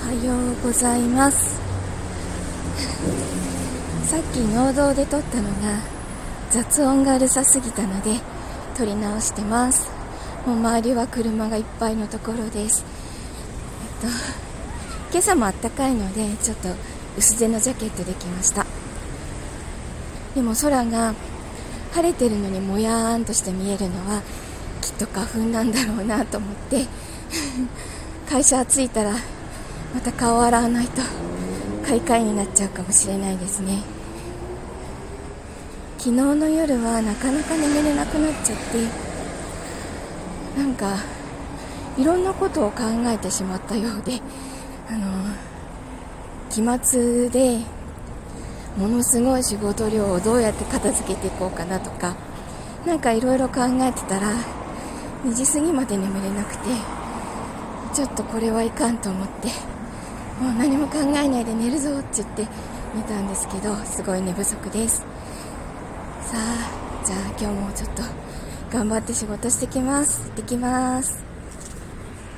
はようございます。さっき農道で撮ったのが雑音がうるさすぎたので撮り直してます。もう周りは車がいっぱいのところです。今朝もあったかいのでちょっと薄手のジャケットできました。でも空が晴れてるのにもやーんとして見えるのはきっと花粉なんだろうなと思って会社着いたらまた顔洗わないと快快になっちゃうかもしれないですね。昨日の夜はなかなか眠れなくなっちゃって、なんかいろんなことを考えてしまったようで、期末でものすごい仕事量をどうやって片付けていこうかなとか、なんかいろいろ考えてたら2時過ぎまで眠れなくて、ちょっとこれはいかんと思ってもう何も考えないで寝るぞって言って寝たんですけど、すごい寝不足です。さあ、じゃあ今日もちょっと頑張って仕事してきます。行ってきます。